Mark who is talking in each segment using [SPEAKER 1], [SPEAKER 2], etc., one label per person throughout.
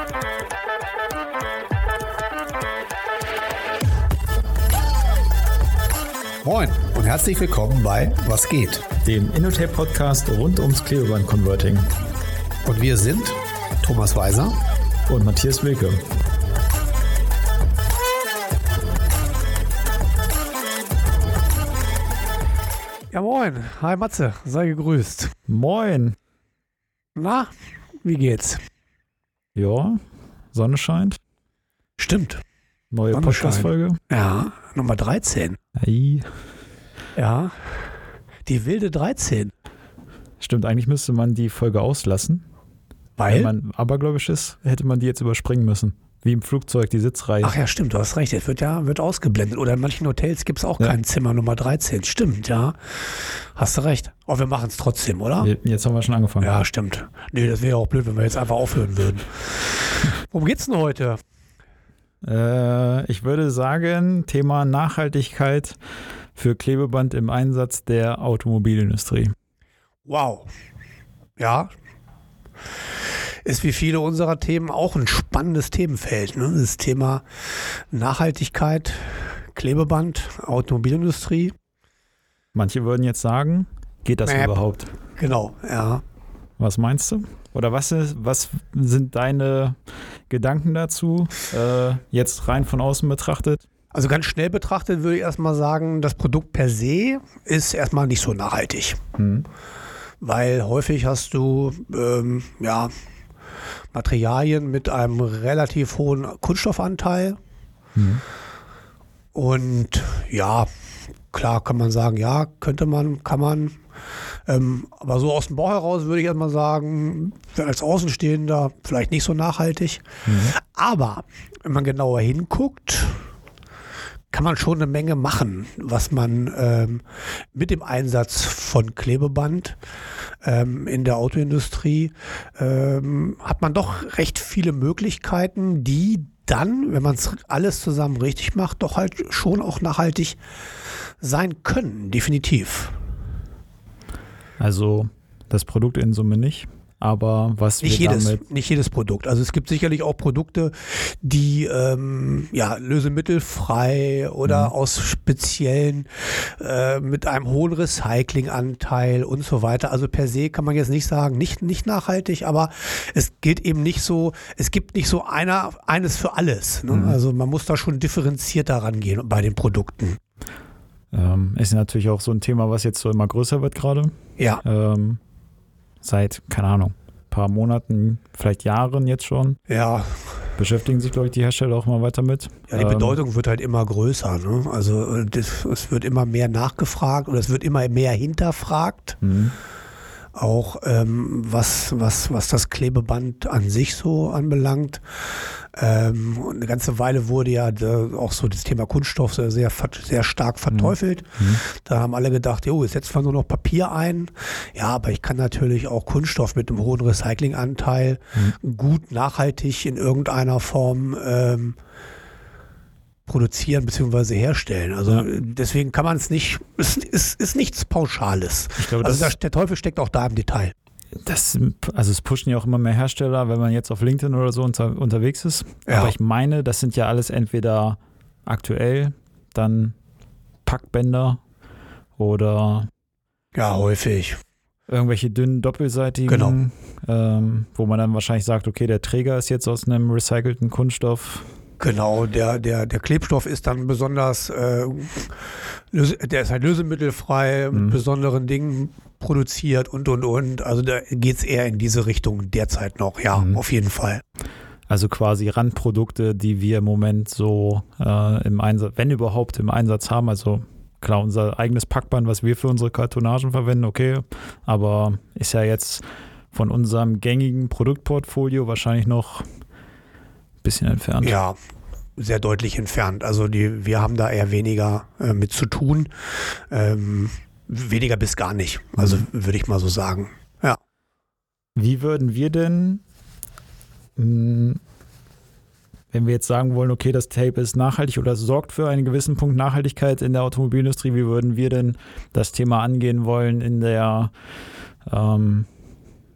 [SPEAKER 1] Moin und herzlich willkommen bei Was geht?
[SPEAKER 2] Dem InnoTape-Podcast rund ums Klebeband-Converting.
[SPEAKER 1] Und wir sind Thomas Weiser
[SPEAKER 2] und Matthias Wilke.
[SPEAKER 1] Ja, moin. Hi Matze, sei gegrüßt.
[SPEAKER 2] Moin.
[SPEAKER 1] Na, wie geht's?
[SPEAKER 2] Ja, Sonne scheint.
[SPEAKER 1] Stimmt.
[SPEAKER 2] Neue Podcast-Folge.
[SPEAKER 1] Ja, Nummer 13.
[SPEAKER 2] Ei.
[SPEAKER 1] Ja, die wilde 13.
[SPEAKER 2] Stimmt, eigentlich müsste man die Folge auslassen.
[SPEAKER 1] Weil?
[SPEAKER 2] Wenn man abergläubisch ist, hätte man die jetzt überspringen müssen. Wie im Flugzeug, die Sitzreihe.
[SPEAKER 1] Ach ja, stimmt, du hast recht. Es wird ausgeblendet. Oder in manchen Hotels gibt es auch kein Zimmer Nummer 13. Stimmt, ja. Hast du recht. Aber wir machen es trotzdem, oder?
[SPEAKER 2] Jetzt haben wir schon angefangen.
[SPEAKER 1] Ja, stimmt. Nee, das wäre ja auch blöd, wenn wir jetzt einfach aufhören würden. Worum geht's denn heute?
[SPEAKER 2] Ich würde sagen, Thema Nachhaltigkeit für Klebeband im Einsatz der Automobilindustrie.
[SPEAKER 1] Wow. Ja. Ist wie viele unserer Themen auch ein spannendes Themenfeld. Ne? Das Thema Nachhaltigkeit, Klebeband, Automobilindustrie.
[SPEAKER 2] Manche würden jetzt sagen, geht das überhaupt?
[SPEAKER 1] Genau, ja.
[SPEAKER 2] Was meinst du? Oder was sind deine Gedanken dazu, jetzt rein von außen betrachtet?
[SPEAKER 1] Also ganz schnell betrachtet würde ich erstmal sagen, das Produkt per se ist erstmal nicht so nachhaltig. Weil häufig hast du Materialien mit einem relativ hohen Kunststoffanteil. Und ja, klar kann man sagen, ja, kann man. Aber so aus dem Bauch heraus würde ich erstmal sagen, als Außenstehender vielleicht nicht so nachhaltig. Aber wenn man genauer hinguckt, kann man schon eine Menge machen, was man mit dem Einsatz von Klebeband in der Autoindustrie hat man doch recht viele Möglichkeiten, die dann, wenn man es alles zusammen richtig macht, doch halt schon auch nachhaltig sein können, definitiv.
[SPEAKER 2] Also das Produkt in Summe nicht, aber was
[SPEAKER 1] nicht
[SPEAKER 2] wir
[SPEAKER 1] jedes,
[SPEAKER 2] damit...
[SPEAKER 1] Nicht jedes Produkt. Also es gibt sicherlich auch Produkte, die lösemittelfrei oder aus speziellen, mit einem hohen Recyclinganteil und so weiter. Also per se kann man jetzt nicht sagen, nicht nachhaltig, aber es gilt eben nicht so, es gibt nicht so eines für alles. Ne? Also man muss da schon differenzierter rangehen bei den Produkten.
[SPEAKER 2] Ist natürlich auch so ein Thema, was jetzt so immer größer wird gerade.
[SPEAKER 1] Ja.
[SPEAKER 2] Seit, keine Ahnung, ein paar Monaten, vielleicht Jahren jetzt schon.
[SPEAKER 1] Ja.
[SPEAKER 2] Beschäftigen sich, glaube ich, die Hersteller auch mal weiter mit.
[SPEAKER 1] Ja, die Bedeutung wird halt immer größer. Ne? Also es wird immer mehr nachgefragt oder es wird immer mehr hinterfragt. Auch was das Klebeband an sich so anbelangt. Und eine ganze Weile wurde ja auch so das Thema Kunststoff sehr stark verteufelt. Da haben alle gedacht, jetzt setzen wir nur noch Papier ein. Ja, aber ich kann natürlich auch Kunststoff mit einem hohen Recyclinganteil gut nachhaltig in irgendeiner Form produzieren bzw. herstellen. Also deswegen kann man es nicht, es ist nichts Pauschales.
[SPEAKER 2] Ich glaube,
[SPEAKER 1] also der Teufel steckt auch da im Detail.
[SPEAKER 2] Es pushen ja auch immer mehr Hersteller, wenn man jetzt auf LinkedIn oder so unterwegs ist.
[SPEAKER 1] Ja.
[SPEAKER 2] Aber ich meine, das sind ja alles entweder aktuell, dann Packbänder oder
[SPEAKER 1] häufig
[SPEAKER 2] irgendwelche dünnen doppelseitigen, wo man dann wahrscheinlich sagt, okay, der Träger ist jetzt aus einem recycelten Kunststoff.
[SPEAKER 1] Genau, der Klebstoff ist dann besonders, der ist halt lösemittelfrei, mit besonderen Dingen produziert und. Also da geht es eher in diese Richtung derzeit noch, auf jeden Fall.
[SPEAKER 2] Also quasi Randprodukte, die wir im Moment so im Einsatz, wenn überhaupt im Einsatz haben. Also klar, unser eigenes Packband, was wir für unsere Kartonagen verwenden, okay, aber ist ja jetzt von unserem gängigen Produktportfolio wahrscheinlich noch ein bisschen entfernt.
[SPEAKER 1] Ja, sehr deutlich entfernt. Also wir haben da eher weniger mit zu tun. Weniger bis gar nicht. Also würde ich mal so sagen. Ja.
[SPEAKER 2] Wie würden wir denn, wenn wir jetzt sagen wollen, okay, das Tape ist nachhaltig oder sorgt für einen gewissen Punkt Nachhaltigkeit in der Automobilindustrie, wie würden wir denn das Thema angehen wollen in der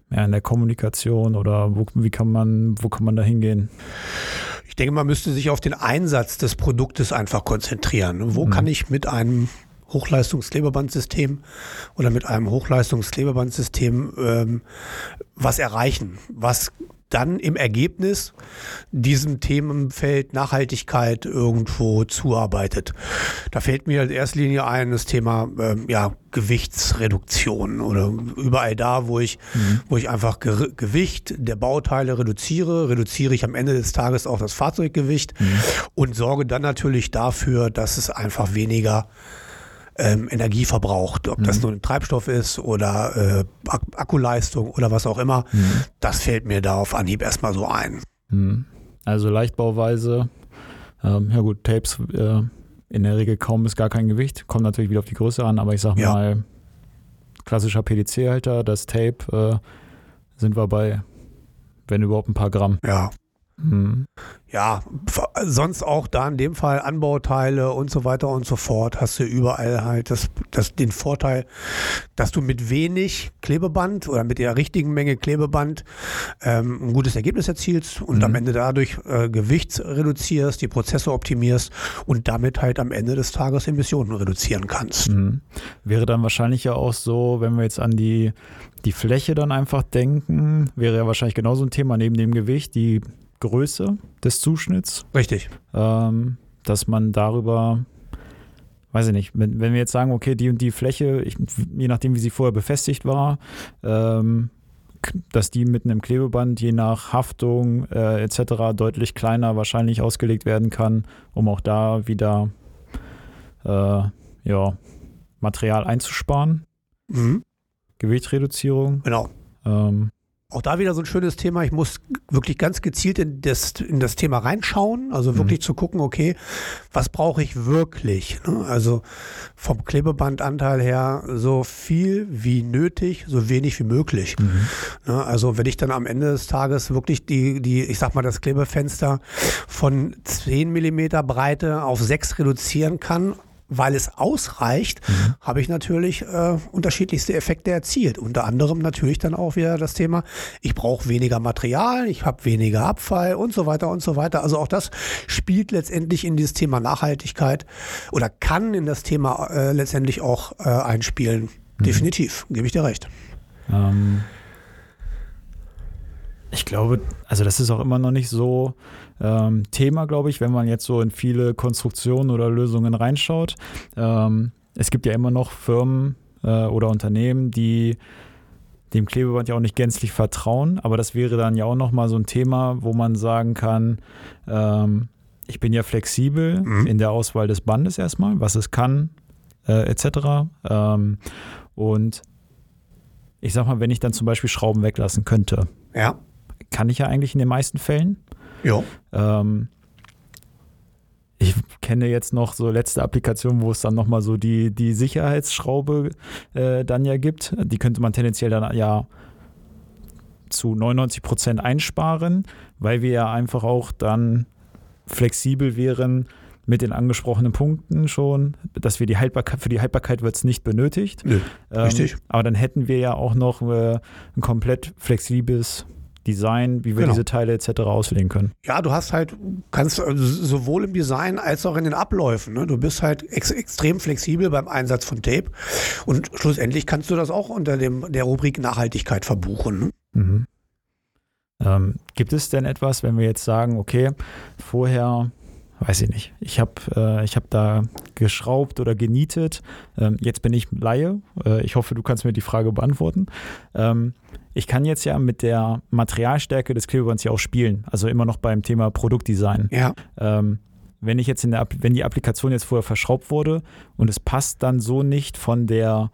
[SPEAKER 2] in der Kommunikation oder wo kann man da hingehen?
[SPEAKER 1] Ich denke, man müsste sich auf den Einsatz des Produktes einfach konzentrieren. Wo kann ich mit einem Hochleistungsklebebandsystem oder mit einem Hochleistungsklebebandsystem was erreichen, was dann im Ergebnis diesem Themenfeld Nachhaltigkeit irgendwo zuarbeitet. Da fällt mir in erster Linie ein das Thema Gewichtsreduktion oder überall da, wo ich einfach Gewicht der Bauteile reduziere ich am Ende des Tages auch das Fahrzeuggewicht und sorge dann natürlich dafür, dass es einfach weniger Energie verbraucht, ob das nur ein Treibstoff ist oder Akkuleistung oder was auch immer, das fällt mir da auf Anhieb erstmal so ein.
[SPEAKER 2] Also Leichtbauweise, Tapes in der Regel kaum bis gar kein Gewicht, kommt natürlich wieder auf die Größe an, aber ich sag mal, klassischer PDC-Halter, das Tape, sind wir bei, wenn überhaupt ein paar Gramm.
[SPEAKER 1] Ja. Ja, sonst auch da in dem Fall Anbauteile und so weiter und so fort, hast du überall halt den Vorteil, dass du mit wenig Klebeband oder mit der richtigen Menge Klebeband ein gutes Ergebnis erzielst und am Ende dadurch Gewicht reduzierst, die Prozesse optimierst und damit halt am Ende des Tages Emissionen reduzieren kannst.
[SPEAKER 2] Wäre dann wahrscheinlich ja auch so, wenn wir jetzt an die Fläche dann einfach denken, wäre ja wahrscheinlich genauso ein Thema neben dem Gewicht, die Größe des Zuschnitts.
[SPEAKER 1] Richtig.
[SPEAKER 2] Dass man darüber, weiß ich nicht, wenn wir jetzt sagen, okay, die und die Fläche, je nachdem, wie sie vorher befestigt war, dass die mit einem Klebeband je nach Haftung etc. deutlich kleiner wahrscheinlich ausgelegt werden kann, um auch da wieder Material einzusparen. Gewichtsreduzierung.
[SPEAKER 1] Genau. Auch da wieder so ein schönes Thema. Ich muss wirklich ganz gezielt in das Thema reinschauen, also wirklich zu gucken, okay, was brauche ich wirklich? Also vom Klebebandanteil her so viel wie nötig, so wenig wie möglich. Also wenn ich dann am Ende des Tages wirklich ich sag mal, das Klebefenster von 10 mm Breite auf 6 reduzieren kann, weil es ausreicht, habe ich natürlich unterschiedlichste Effekte erzielt. Unter anderem natürlich dann auch wieder das Thema, ich brauche weniger Material, ich habe weniger Abfall und so weiter und so weiter. Also auch das spielt letztendlich in dieses Thema Nachhaltigkeit oder kann in das Thema letztendlich auch einspielen. Definitiv, gebe ich dir recht.
[SPEAKER 2] Ich glaube, also das ist auch immer noch nicht so Thema, glaube ich, wenn man jetzt so in viele Konstruktionen oder Lösungen reinschaut. Es gibt ja immer noch Firmen oder Unternehmen, die dem Klebeband ja auch nicht gänzlich vertrauen, aber das wäre dann ja auch nochmal so ein Thema, wo man sagen kann, ich bin ja flexibel in der Auswahl des Bandes erstmal, was es kann, etc. Und ich sag mal, wenn ich dann zum Beispiel Schrauben weglassen könnte, kann ich ja eigentlich in den meisten Fällen.
[SPEAKER 1] Ja.
[SPEAKER 2] Ich kenne jetzt noch so letzte Applikationen, wo es dann nochmal so die Sicherheitsschraube dann ja gibt. Die könnte man tendenziell dann ja zu 99% einsparen, weil wir ja einfach auch dann flexibel wären mit den angesprochenen Punkten schon, dass wir für die Haltbarkeit wird es nicht benötigt.
[SPEAKER 1] Nö, richtig.
[SPEAKER 2] Aber dann hätten wir ja auch noch ein komplett flexibles Design, wie wir diese Teile etc. auslegen können. Ja,
[SPEAKER 1] du kannst sowohl im Design als auch in den Abläufen. Ne? Du bist halt extrem flexibel beim Einsatz von Tape und schlussendlich kannst du das auch unter der Rubrik Nachhaltigkeit verbuchen. Ne?
[SPEAKER 2] Gibt es denn etwas, wenn wir jetzt sagen, okay, vorher, weiß ich nicht, ich hab da geschraubt oder genietet, jetzt bin ich Laie, ich hoffe, du kannst mir die Frage beantworten. Ich kann jetzt ja mit der Materialstärke des Klebebands ja auch spielen, also immer noch beim Thema Produktdesign.
[SPEAKER 1] Ja.
[SPEAKER 2] Wenn ich jetzt wenn die Applikation jetzt vorher verschraubt wurde und es passt dann so nicht von der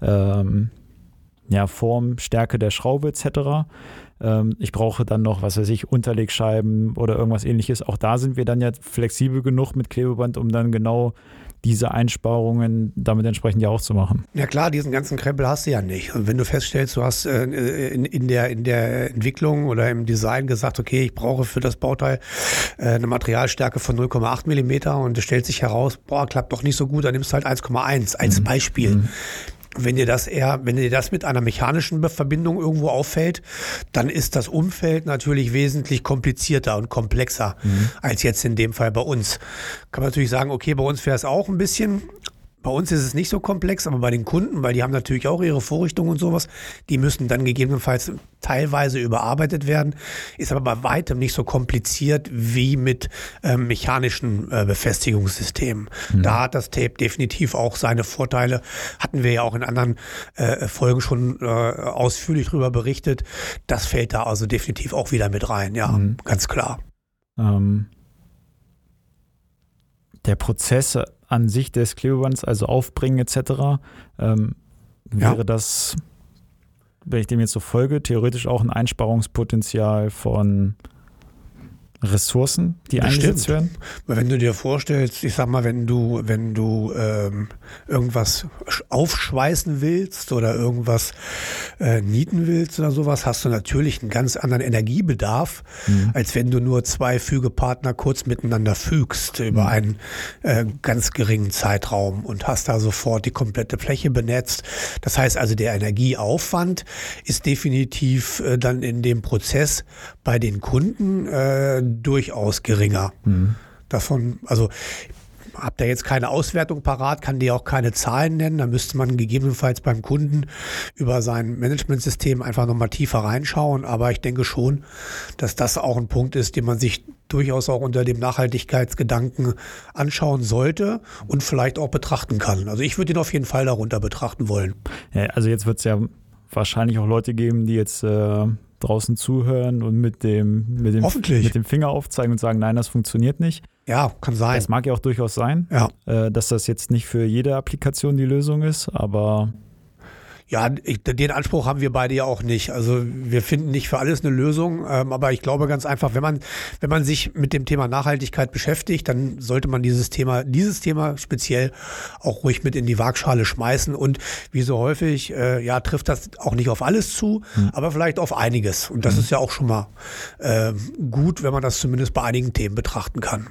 [SPEAKER 2] Form, Stärke der Schraube etc., ich brauche dann noch, was weiß ich, Unterlegscheiben oder irgendwas ähnliches. Auch da sind wir dann ja flexibel genug mit Klebeband, um dann genau diese Einsparungen damit entsprechend ja auch zu machen.
[SPEAKER 1] Ja klar, diesen ganzen Krempel hast du ja nicht. Und wenn du feststellst, du hast in der Entwicklung oder im Design gesagt, okay, ich brauche für das Bauteil eine Materialstärke von 0,8 mm und es stellt sich heraus, klappt doch nicht so gut, dann nimmst du halt 1,1 als Beispiel. Wenn dir das mit einer mechanischen Verbindung irgendwo auffällt, dann ist das Umfeld natürlich wesentlich komplizierter und komplexer als jetzt in dem Fall bei uns. Kann man natürlich sagen, okay, bei uns wäre es auch ein bisschen. Bei uns ist es nicht so komplex, aber bei den Kunden, weil die haben natürlich auch ihre Vorrichtungen und sowas, die müssen dann gegebenenfalls teilweise überarbeitet werden, ist aber bei weitem nicht so kompliziert wie mit mechanischen Befestigungssystemen. Da hat das Tape definitiv auch seine Vorteile, hatten wir ja auch in anderen Folgen schon ausführlich drüber berichtet. Das fällt da also definitiv auch wieder mit rein, ja, ganz klar.
[SPEAKER 2] Der Prozess an sich des Klebebands, also Aufbringen etc., wäre das, wenn ich dem jetzt so folge, theoretisch auch ein Einsparungspotenzial von Ressourcen, die eingesetzt werden?
[SPEAKER 1] Weil wenn du dir vorstellst, ich sag mal, wenn du irgendwas aufschweißen willst oder irgendwas nieten willst oder sowas, hast du natürlich einen ganz anderen Energiebedarf, als wenn du nur 2 Fügepartner kurz miteinander fügst über einen ganz geringen Zeitraum und hast da sofort die komplette Fläche benetzt. Das heißt also, der Energieaufwand ist definitiv dann in dem Prozess bei den Kunden durchaus geringer. Davon, also habt ihr jetzt keine Auswertung parat, kann dir auch keine Zahlen nennen, da müsste man gegebenenfalls beim Kunden über sein Managementsystem einfach nochmal tiefer reinschauen, aber ich denke schon, dass das auch ein Punkt ist, den man sich durchaus auch unter dem Nachhaltigkeitsgedanken anschauen sollte und vielleicht auch betrachten kann. Also ich würde ihn auf jeden Fall darunter betrachten wollen.
[SPEAKER 2] Ja, also jetzt wird es ja wahrscheinlich auch Leute geben, die jetzt draußen zuhören und mit dem Finger aufzeigen und sagen, nein, das funktioniert nicht.
[SPEAKER 1] Ja, kann sein.
[SPEAKER 2] Das mag ja auch durchaus sein, dass das jetzt nicht für jede Applikation die Lösung ist, aber...
[SPEAKER 1] Ja, den Anspruch haben wir beide ja auch nicht. Also wir finden nicht für alles eine Lösung, aber ich glaube ganz einfach, wenn man sich mit dem Thema Nachhaltigkeit beschäftigt, dann sollte man dieses Thema speziell auch ruhig mit in die Waagschale schmeißen und wie so häufig, trifft das auch nicht auf alles zu, aber vielleicht auf einiges. Und das ist ja auch schon mal gut, wenn man das zumindest bei einigen Themen betrachten kann.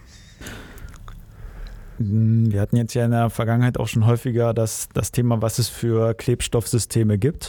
[SPEAKER 2] Wir hatten jetzt ja in der Vergangenheit auch schon häufiger das Thema, was es für Klebstoffsysteme gibt.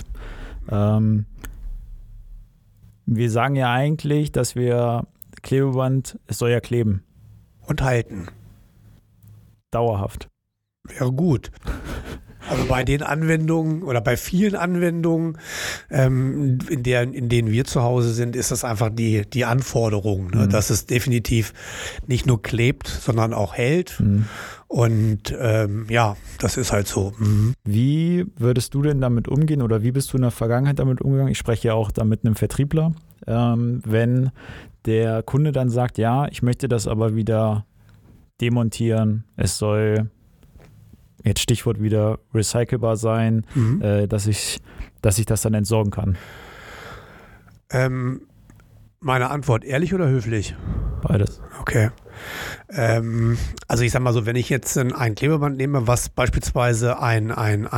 [SPEAKER 2] Wir sagen ja eigentlich, dass wir Klebeband, es soll ja kleben.
[SPEAKER 1] Und halten.
[SPEAKER 2] Dauerhaft.
[SPEAKER 1] Wäre gut. Also bei den Anwendungen oder bei vielen Anwendungen, in denen wir zu Hause sind, ist das einfach die Anforderung, ne? Dass es definitiv nicht nur klebt, sondern auch hält. Und das ist halt so.
[SPEAKER 2] Wie würdest du denn damit umgehen oder wie bist du in der Vergangenheit damit umgegangen? Ich spreche ja auch da mit einem Vertriebler. Wenn der Kunde dann sagt, ja, ich möchte das aber wieder demontieren, es soll... Jetzt Stichwort wieder recycelbar sein, dass ich das dann entsorgen kann.
[SPEAKER 1] Meine Antwort, ehrlich oder höflich?
[SPEAKER 2] Beides.
[SPEAKER 1] Okay. Also ich sag mal so, wenn ich jetzt ein Klebeband nehme, was beispielsweise ein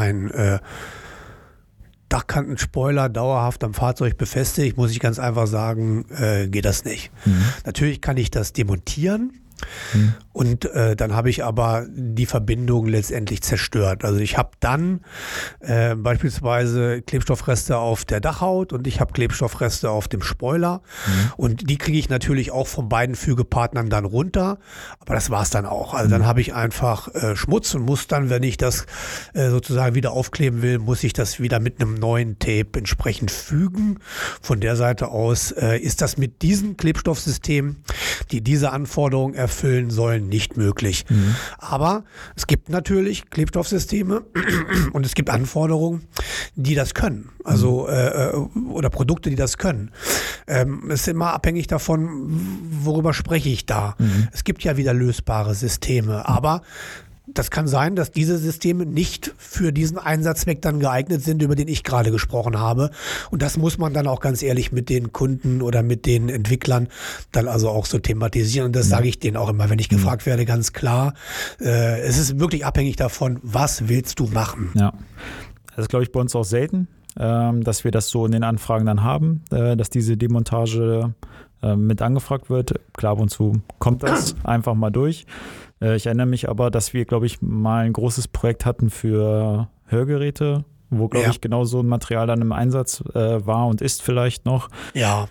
[SPEAKER 1] Dachkantenspoiler dauerhaft am Fahrzeug befestigt, muss ich ganz einfach sagen, geht das nicht. Natürlich kann ich das demontieren. Und dann habe ich aber die Verbindung letztendlich zerstört. Also ich habe dann beispielsweise Klebstoffreste auf der Dachhaut und ich habe Klebstoffreste auf dem Spoiler und die kriege ich natürlich auch von beiden Fügepartnern dann runter, aber das war es dann auch. Also dann habe ich einfach Schmutz und muss dann, wenn ich das sozusagen wieder aufkleben will, muss ich das wieder mit einem neuen Tape entsprechend fügen. Von der Seite aus ist das mit diesen Klebstoffsystemen, die diese Anforderungen erfüllen sollen, nicht möglich. Aber es gibt natürlich Klebstoffsysteme und es gibt Anforderungen, die das können. Also oder Produkte, die das können. Es ist immer abhängig davon, worüber spreche ich da. Es gibt ja wieder lösbare Systeme, aber das kann sein, dass diese Systeme nicht für diesen Einsatzzweck dann geeignet sind, über den ich gerade gesprochen habe. Und das muss man dann auch ganz ehrlich mit den Kunden oder mit den Entwicklern dann also auch so thematisieren. Und das sage ich denen auch immer, wenn ich gefragt werde, ganz klar. Es ist wirklich abhängig davon, was willst du machen?
[SPEAKER 2] Ja, das ist, glaube ich, bei uns auch selten, dass wir das so in den Anfragen dann haben, dass diese Demontage mit angefragt wird. Klar, ab und zu kommt das einfach mal durch. Ich erinnere mich aber, dass wir, glaube ich, mal ein großes Projekt hatten für Hörgeräte wo, glaube ich, genau so ein Material dann im Einsatz war und ist vielleicht noch.
[SPEAKER 1] Ja.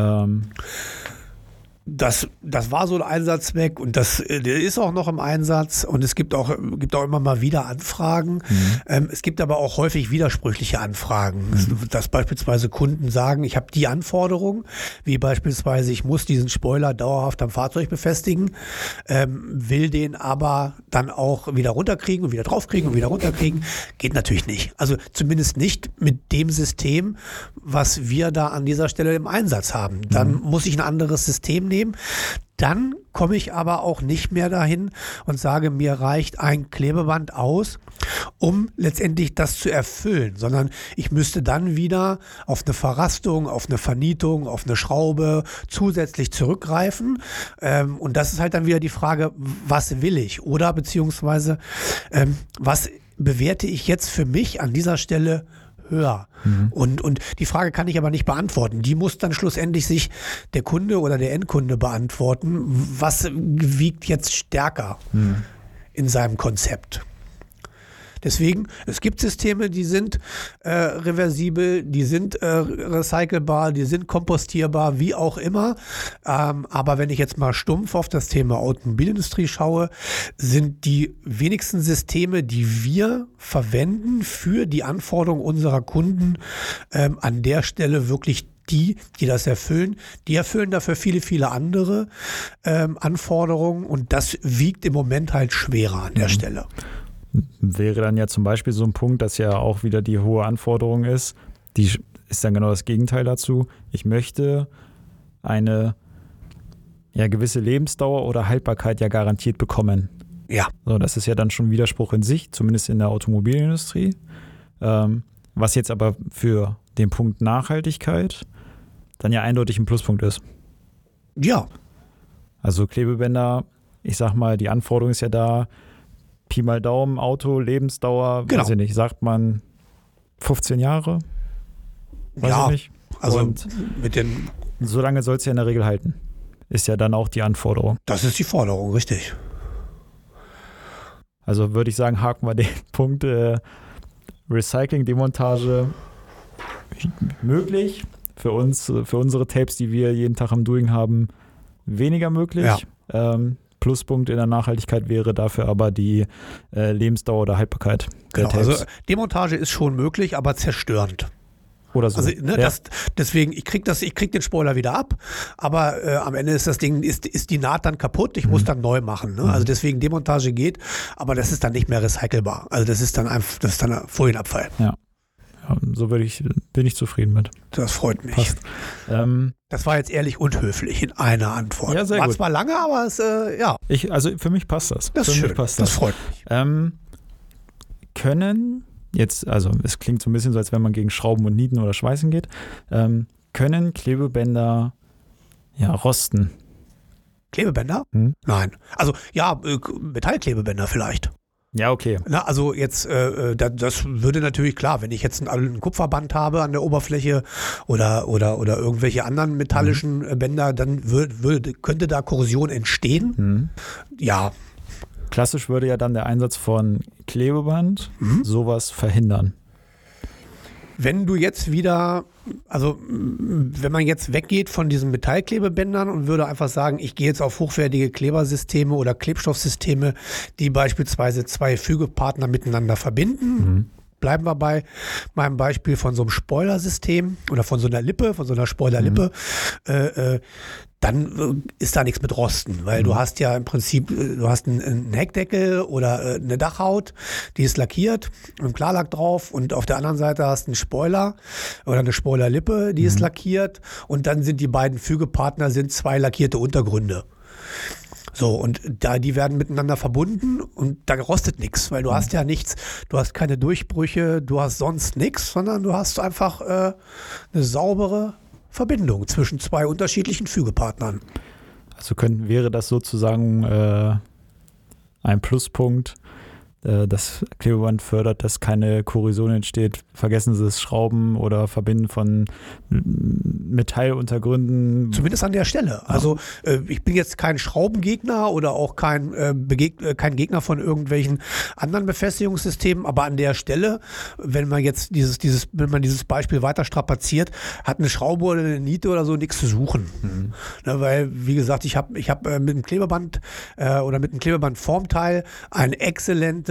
[SPEAKER 1] Das war so ein Einsatzzweck und der ist auch noch im Einsatz und es gibt auch immer mal wieder Anfragen. Es gibt aber auch häufig widersprüchliche Anfragen, dass beispielsweise Kunden sagen, ich habe die Anforderung, wie beispielsweise ich muss diesen Spoiler dauerhaft am Fahrzeug befestigen, will den aber dann auch wieder runterkriegen und wieder draufkriegen und wieder runterkriegen. Geht natürlich nicht. Also zumindest nicht mit dem System, was wir da an dieser Stelle im Einsatz haben. Dann muss ich ein anderes System nehmen. Dann komme ich aber auch nicht mehr dahin und sage, mir reicht ein Klebeband aus, um letztendlich das zu erfüllen, sondern ich müsste dann wieder auf eine Verrastung, auf eine Vernietung, auf eine Schraube zusätzlich zurückgreifen. Und das ist halt dann wieder die Frage, was will ich? Oder beziehungsweise, was bewerte ich jetzt für mich an dieser Stelle höher. Und die Frage kann ich aber nicht beantworten. Die muss dann schlussendlich sich der Kunde oder der Endkunde beantworten. Was wiegt jetzt stärker in seinem Konzept? Deswegen, es gibt Systeme, die sind reversibel, die sind recycelbar, die sind kompostierbar, wie auch immer. Aber wenn ich jetzt mal stumpf auf das Thema Automobilindustrie schaue, sind die wenigsten Systeme, die wir verwenden für die Anforderungen unserer Kunden, an der Stelle wirklich die das erfüllen. Die erfüllen dafür viele, viele andere Anforderungen und das wiegt im Moment halt schwerer an der Stelle.
[SPEAKER 2] Wäre dann ja zum Beispiel so ein Punkt, dass ja auch wieder die hohe Anforderung ist. Die ist dann genau das Gegenteil dazu. Ich möchte eine gewisse Lebensdauer oder Haltbarkeit ja garantiert bekommen.
[SPEAKER 1] Ja.
[SPEAKER 2] So, das ist ja dann schon Widerspruch in sich, zumindest in der Automobilindustrie. Was jetzt aber für den Punkt Nachhaltigkeit dann ja eindeutig ein Pluspunkt ist.
[SPEAKER 1] Ja.
[SPEAKER 2] Also Klebebänder, ich sag mal, die Anforderung ist ja da, Pi mal Daumen, Auto, Lebensdauer, weiß ich nicht, sagt man 15 Jahre? Weiß ich nicht.
[SPEAKER 1] Also
[SPEAKER 2] und
[SPEAKER 1] mit den...
[SPEAKER 2] So lange soll es ja in der Regel halten. Ist ja dann auch die Anforderung.
[SPEAKER 1] Das ist die Forderung, richtig.
[SPEAKER 2] Also würde ich sagen, haken wir den Punkt Recycling, Demontage möglich. Für uns, für unsere Tapes, die wir jeden Tag am Doing haben, weniger möglich. Ja. Pluspunkt in der Nachhaltigkeit wäre dafür aber die Lebensdauer oder Haltbarkeit der Tapes.
[SPEAKER 1] Also Demontage ist schon möglich, aber zerstörend.
[SPEAKER 2] Oder so.
[SPEAKER 1] Also deswegen, ich krieg den Spoiler wieder ab, aber am Ende ist das Ding, ist die Naht dann kaputt, ich muss dann neu machen. Ne? Also deswegen Demontage geht, aber das ist dann nicht mehr recycelbar. Also das ist dann Folienabfall.
[SPEAKER 2] Ja. So bin ich zufrieden mit.
[SPEAKER 1] Das freut mich.
[SPEAKER 2] Passt.
[SPEAKER 1] Das war jetzt ehrlich und höflich in einer Antwort.
[SPEAKER 2] Ja, sehr
[SPEAKER 1] war
[SPEAKER 2] gut.
[SPEAKER 1] zwar lange, aber es, ja.
[SPEAKER 2] Also für mich passt das.
[SPEAKER 1] Das ist schön. Das freut mich.
[SPEAKER 2] Können jetzt, also es klingt so ein bisschen so, als wenn man gegen Schrauben und Nieten oder Schweißen geht, können Klebebänder rosten?
[SPEAKER 1] Klebebänder? Nein. Also ja, Metallklebebänder vielleicht.
[SPEAKER 2] Ja, okay.
[SPEAKER 1] Na, also jetzt, das würde natürlich klar, wenn ich jetzt ein Kupferband habe an der Oberfläche oder irgendwelche anderen metallischen Bänder, dann könnte da Korrosion entstehen. Ja.
[SPEAKER 2] Klassisch würde ja dann der Einsatz von Klebeband sowas verhindern.
[SPEAKER 1] Wenn du jetzt wieder, also wenn man jetzt weggeht von diesen Metallklebebändern und würde einfach sagen, ich gehe jetzt auf hochwertige Klebersysteme oder Klebstoffsysteme, die beispielsweise zwei Fügepartner miteinander verbinden. Bleiben wir bei meinem Beispiel von so einem Spoilersystem oder von so einer Lippe, von so einer Spoilerlippe, dann ist da nichts mit Rosten, weil du hast ja im Prinzip, du hast einen Heckdeckel oder eine Dachhaut, die ist lackiert, mit einem Klarlack drauf und auf der anderen Seite hast du einen Spoiler oder eine Spoilerlippe, die ist lackiert und dann sind die beiden Fügepartner zwei lackierte Untergründe. So, und die werden miteinander verbunden und da rostet nichts, weil du hast ja nichts, du hast keine Durchbrüche, du hast sonst nichts, sondern du hast einfach eine saubere Verbindung zwischen zwei unterschiedlichen Fügepartnern.
[SPEAKER 2] Also wäre das sozusagen ein Pluspunkt das Klebeband fördert, dass keine Korrosion entsteht. Vergessen Sie das Schrauben oder Verbinden von Metalluntergründen.
[SPEAKER 1] Zumindest an der Stelle. Also ich bin jetzt kein Schraubengegner oder auch kein Gegner von irgendwelchen anderen Befestigungssystemen, aber an der Stelle, wenn man jetzt wenn man dieses Beispiel weiter strapaziert, hat eine Schraube oder eine Niete oder so nichts zu suchen. Ne, weil, wie gesagt, ich hab mit dem Klebeband oder mit dem Klebebandformteil einen exzellenten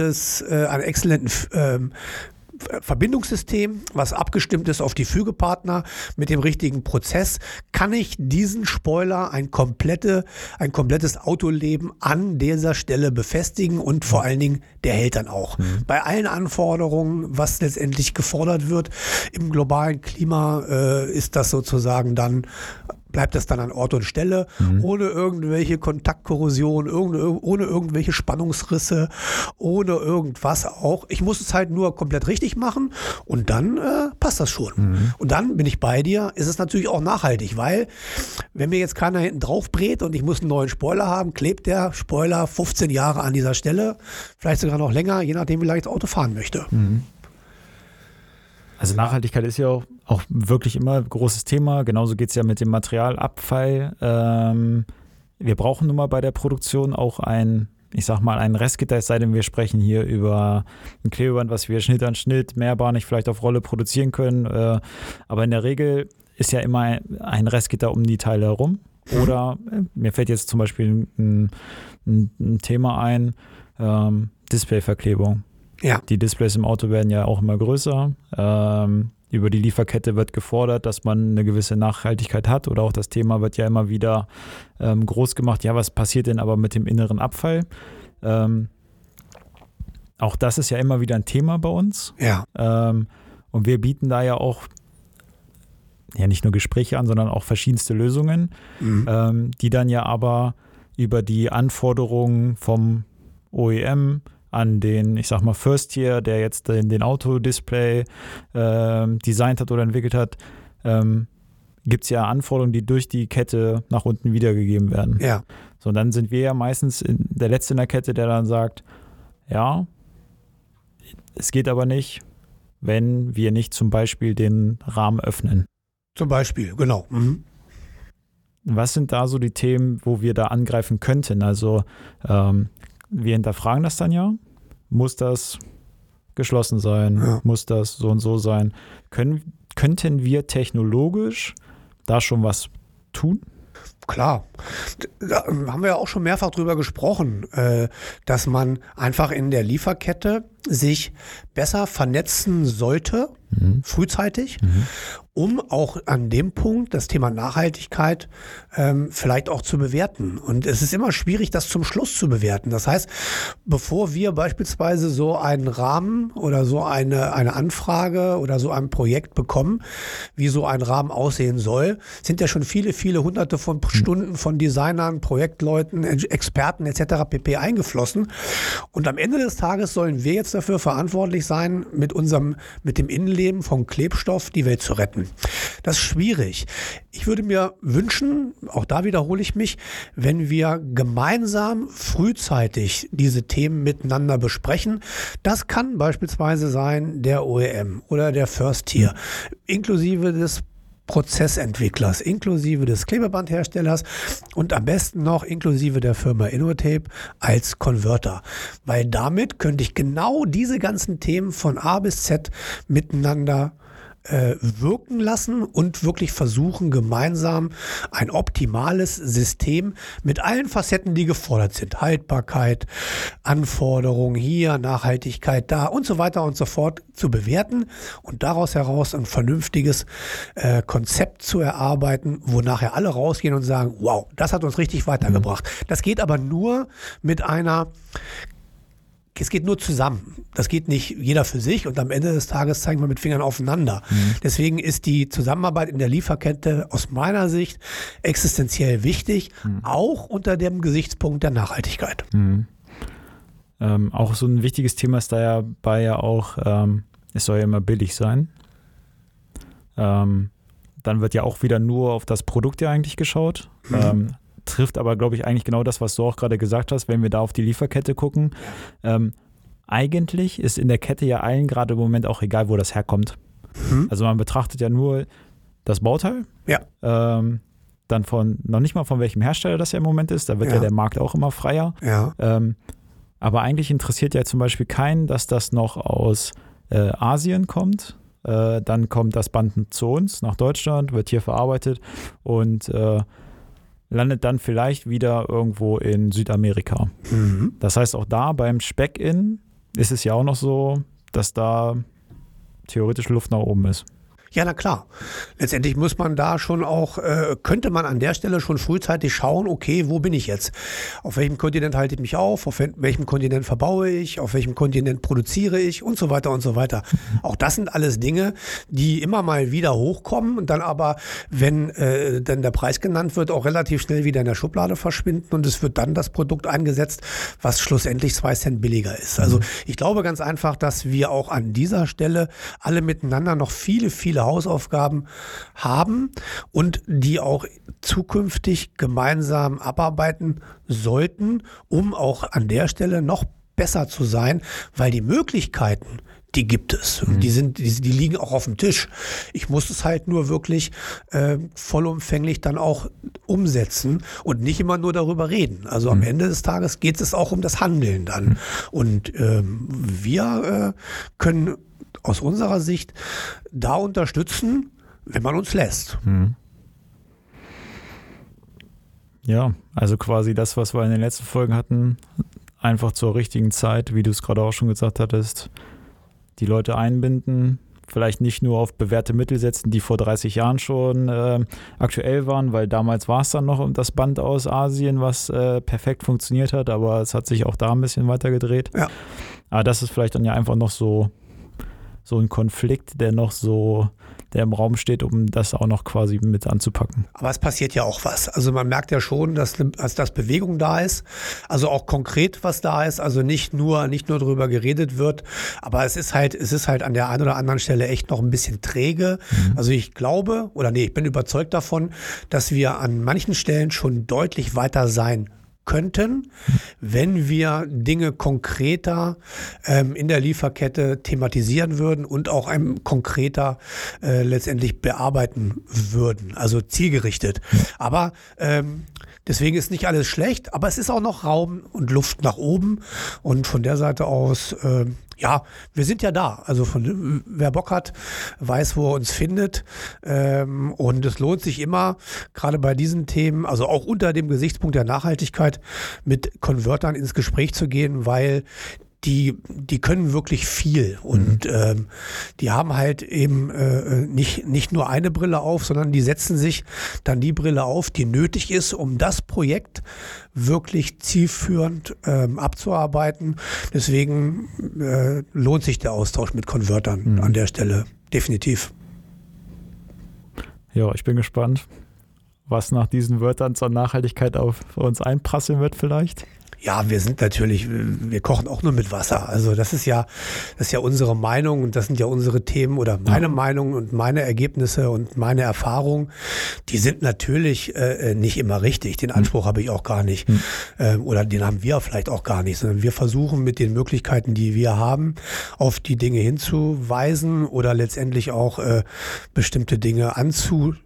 [SPEAKER 1] Verbindungssystem, was abgestimmt ist auf die Fügepartner mit dem richtigen Prozess, kann ich diesen Spoiler ein komplettes Autoleben an dieser Stelle befestigen und vor allen Dingen, der hält dann auch. Bei allen Anforderungen, was letztendlich gefordert wird im globalen Klima, ist das sozusagen dann bleibt das dann an Ort und Stelle, ohne irgendwelche Kontaktkorrosion, ohne irgendwelche Spannungsrisse, ohne irgendwas auch. Ich muss es halt nur komplett richtig machen und dann passt das schon. Und dann bin ich bei dir, ist es natürlich auch nachhaltig, weil wenn mir jetzt keiner hinten drauf brät und ich muss einen neuen Spoiler haben, klebt der Spoiler 15 Jahre an dieser Stelle, vielleicht sogar noch länger, je nachdem, wie lange ich das Auto fahren möchte.
[SPEAKER 2] Also Nachhaltigkeit ist ja auch wirklich immer ein großes Thema. Genauso geht es ja mit dem Materialabfall. Wir brauchen nun mal bei der Produktion auch ein Restgitter, es sei denn, wir sprechen hier über ein Klebeband, was wir Schnitt an Schnitt, mehrbahnig vielleicht auf Rolle produzieren können. Aber in der Regel ist ja immer ein Restgitter um die Teile herum. Oder mir fällt jetzt zum Beispiel ein Thema ein, Displayverklebung.
[SPEAKER 1] Ja.
[SPEAKER 2] Die Displays im Auto werden ja auch immer größer. Über die Lieferkette wird gefordert, dass man eine gewisse Nachhaltigkeit hat. Oder auch das Thema wird ja immer wieder groß gemacht. Ja, was passiert denn aber mit dem inneren Abfall? Auch das ist ja immer wieder ein Thema bei uns.
[SPEAKER 1] Ja.
[SPEAKER 2] Und wir bieten da ja auch nicht nur Gespräche an, sondern auch verschiedenste Lösungen, die dann ja aber über die Anforderungen vom OEM an den, First Tier, der jetzt den Autodisplay designt hat oder entwickelt hat, gibt es ja Anforderungen, die durch die Kette nach unten wiedergegeben werden.
[SPEAKER 1] Ja.
[SPEAKER 2] So, und dann sind wir ja meistens der Letzte in der Kette, der dann sagt, ja, es geht aber nicht, wenn wir nicht zum Beispiel den Rahmen öffnen.
[SPEAKER 1] Zum Beispiel, genau.
[SPEAKER 2] Was sind da so die Themen, wo wir da angreifen könnten? Also wir hinterfragen das dann ja. Muss das geschlossen sein?
[SPEAKER 1] Ja.
[SPEAKER 2] Muss das so und so sein? Könnten wir technologisch da schon was tun?
[SPEAKER 1] Klar, da haben wir ja auch schon mehrfach drüber gesprochen, dass man einfach in der Lieferkette sich besser vernetzen sollte, frühzeitig, um auch an dem Punkt das Thema Nachhaltigkeit vielleicht auch zu bewerten. Und es ist immer schwierig, das zum Schluss zu bewerten. Das heißt, bevor wir beispielsweise so einen Rahmen oder so eine Anfrage oder so ein Projekt bekommen, wie so ein Rahmen aussehen soll, sind ja schon viele, viele hunderte von Stunden von Designern, Projektleuten, Experten etc. pp. Eingeflossen. Und am Ende des Tages sollen wir jetzt dafür verantwortlich sein, mit dem Innenleben vom Klebstoff die Welt zu retten. Das ist schwierig. Ich würde mir wünschen, auch da wiederhole ich mich, wenn wir gemeinsam frühzeitig diese Themen miteinander besprechen. Das kann beispielsweise sein der OEM oder der First Tier, inklusive des Prozessentwicklers, inklusive des Klebebandherstellers und am besten noch inklusive der Firma Innotape als Konverter. Weil damit könnte ich genau diese ganzen Themen von A bis Z miteinander wirken lassen und wirklich versuchen, gemeinsam ein optimales System mit allen Facetten, die gefordert sind. Haltbarkeit, Anforderungen hier, Nachhaltigkeit da und so weiter und so fort zu bewerten und daraus heraus ein vernünftiges Konzept zu erarbeiten, wo nachher alle rausgehen und sagen, wow, das hat uns richtig weitergebracht. Das geht aber nur es geht nur zusammen. Das geht nicht jeder für sich und am Ende des Tages zeigen wir mit Fingern aufeinander. Deswegen ist die Zusammenarbeit in der Lieferkette aus meiner Sicht existenziell wichtig, auch unter dem Gesichtspunkt der Nachhaltigkeit.
[SPEAKER 2] Auch so ein wichtiges Thema ist dabei ja auch, es soll ja immer billig sein. Dann wird ja auch wieder nur auf das Produkt ja eigentlich geschaut. Trifft aber, glaube ich, eigentlich genau das, was du auch gerade gesagt hast, wenn wir da auf die Lieferkette gucken. eigentlich ist in der Kette ja allen gerade im Moment auch egal, wo das herkommt. Also man betrachtet ja nur das Bauteil.
[SPEAKER 1] Ja.
[SPEAKER 2] Dann noch nicht mal von welchem Hersteller das ja im Moment ist. Da wird ja der Markt auch immer freier.
[SPEAKER 1] Ja.
[SPEAKER 2] Aber eigentlich interessiert ja zum Beispiel keinen, dass das noch aus Asien kommt. Dann kommt das Band zu uns nach Deutschland, wird hier verarbeitet und landet dann vielleicht wieder irgendwo in Südamerika. Das heißt, auch da beim Speck-In ist es ja auch noch so, dass da theoretisch Luft nach oben ist.
[SPEAKER 1] Ja, na klar. Letztendlich muss man da schon auch, könnte man an der Stelle schon frühzeitig schauen, okay, wo bin ich jetzt? Auf welchem Kontinent halte ich mich auf welchem Kontinent verbaue ich? Auf welchem Kontinent produziere ich? Und so weiter und so weiter. Auch das sind alles Dinge, die immer mal wieder hochkommen und dann aber, wenn dann der Preis genannt wird, auch relativ schnell wieder in der Schublade verschwinden und es wird dann das Produkt eingesetzt, was schlussendlich 2 Cent billiger ist. Also ich glaube ganz einfach, dass wir auch an dieser Stelle alle miteinander noch viele Hausaufgaben haben und die auch zukünftig gemeinsam abarbeiten sollten, um auch an der Stelle noch besser zu sein, weil die Möglichkeiten, die gibt es. Und die liegen auch auf dem Tisch. Ich muss es halt nur wirklich vollumfänglich dann auch umsetzen und nicht immer nur darüber reden. Also am Ende des Tages geht es auch um das Handeln dann. Und wir können aus unserer Sicht da unterstützen, wenn man uns lässt.
[SPEAKER 2] Ja, also quasi das, was wir in den letzten Folgen hatten, einfach zur richtigen Zeit, wie du es gerade auch schon gesagt hattest, die Leute einbinden, vielleicht nicht nur auf bewährte Mittel setzen, die vor 30 Jahren schon aktuell waren, weil damals war es dann noch das Band aus Asien, was perfekt funktioniert hat, aber es hat sich auch da ein bisschen weiter gedreht.
[SPEAKER 1] Ja.
[SPEAKER 2] Aber das ist vielleicht dann ja einfach noch so ein Konflikt, der im Raum steht, um das auch noch quasi mit anzupacken.
[SPEAKER 1] Aber es passiert ja auch was. Also man merkt ja schon, dass Bewegung da ist, also auch konkret was da ist, also nicht nur darüber geredet wird, aber es ist halt an der einen oder anderen Stelle echt noch ein bisschen träge. Also ich bin überzeugt davon, dass wir an manchen Stellen schon deutlich weiter sein könnten, wenn wir Dinge konkreter in der Lieferkette thematisieren würden und auch konkreter letztendlich bearbeiten würden, also zielgerichtet. Aber deswegen ist nicht alles schlecht, aber es ist auch noch Raum und Luft nach oben und von der Seite aus wir sind ja da. Also wer Bock hat, weiß, wo er uns findet. Und es lohnt sich immer, gerade bei diesen Themen, also auch unter dem Gesichtspunkt der Nachhaltigkeit, mit Convertern ins Gespräch zu gehen, weil die können wirklich viel und die haben halt eben nicht nur eine Brille auf, sondern die setzen sich dann die Brille auf, die nötig ist, um das Projekt wirklich zielführend abzuarbeiten. Deswegen lohnt sich der Austausch mit Convertern an der Stelle definitiv.
[SPEAKER 2] Ja, ich bin gespannt, was nach diesen Wörtern zur Nachhaltigkeit auf uns einprasseln wird vielleicht.
[SPEAKER 1] Ja, wir kochen auch nur mit Wasser. Also das ist ja unsere Meinung und das sind ja unsere Themen oder meine Meinung und meine Ergebnisse und meine Erfahrungen. Die sind natürlich nicht immer richtig. Den Anspruch habe ich auch gar nicht. Oder den haben wir vielleicht auch gar nicht, sondern wir versuchen mit den Möglichkeiten, die wir haben, auf die Dinge hinzuweisen oder letztendlich auch bestimmte Dinge anzusprechen.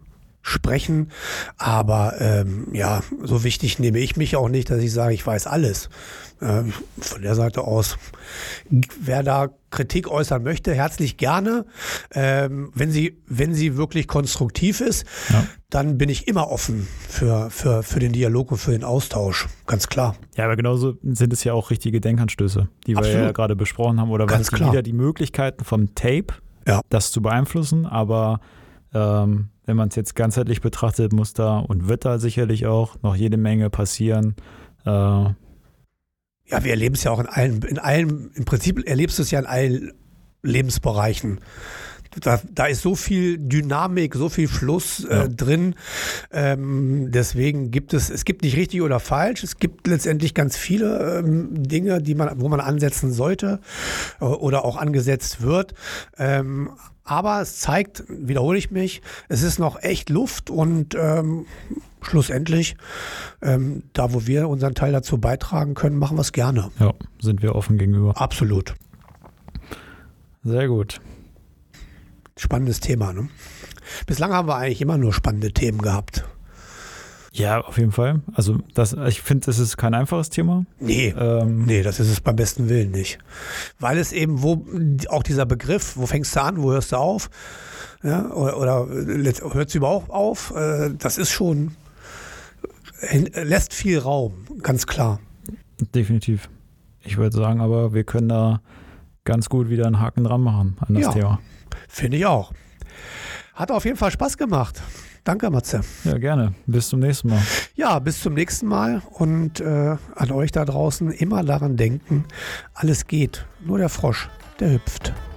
[SPEAKER 1] Aber so wichtig nehme ich mich auch nicht, dass ich sage, ich weiß alles. Von der Seite aus, wer da Kritik äußern möchte, herzlich gerne. Wenn sie wirklich konstruktiv ist, dann bin ich immer offen für den Dialog und für den Austausch. Ganz klar.
[SPEAKER 2] Ja, aber genauso sind es ja auch richtige Denkanstöße, die wir ja gerade besprochen haben. Oder was wieder die Möglichkeiten vom Tape, das zu beeinflussen. Aber wenn man es jetzt ganzheitlich betrachtet, muss da und wird da sicherlich auch noch jede Menge passieren.
[SPEAKER 1] Ja, wir erleben es ja auch in allen, im Prinzip erlebst du es ja in allen Lebensbereichen, Da ist so viel Dynamik, so viel Fluss drin. Deswegen gibt es gibt nicht richtig oder falsch. Es gibt letztendlich ganz viele Dinge, wo man ansetzen sollte oder auch angesetzt wird. Aber es zeigt, wiederhole ich mich, es ist noch echt Luft und schlussendlich, da wo wir unseren Teil dazu beitragen können, machen wir es gerne.
[SPEAKER 2] Ja, sind wir offen gegenüber.
[SPEAKER 1] Absolut.
[SPEAKER 2] Sehr gut.
[SPEAKER 1] Spannendes Thema, ne? Bislang haben wir eigentlich immer nur spannende Themen gehabt.
[SPEAKER 2] Ja, auf jeden Fall. Also ich finde, das ist kein einfaches Thema.
[SPEAKER 1] Nee, das ist es beim besten Willen nicht. Weil es eben, auch dieser Begriff, wo fängst du an, wo hörst du auf? Ja, oder hört es überhaupt auf? Das ist schon, lässt viel Raum, ganz klar.
[SPEAKER 2] Definitiv. Ich würde sagen, aber wir können da ganz gut wieder einen Haken dran machen an das Thema.
[SPEAKER 1] Finde ich auch. Hat auf jeden Fall Spaß gemacht. Danke, Matze.
[SPEAKER 2] Ja, gerne. Bis zum nächsten Mal.
[SPEAKER 1] Ja, bis zum nächsten Mal und an euch da draußen immer daran denken, alles geht. Nur der Frosch, der hüpft.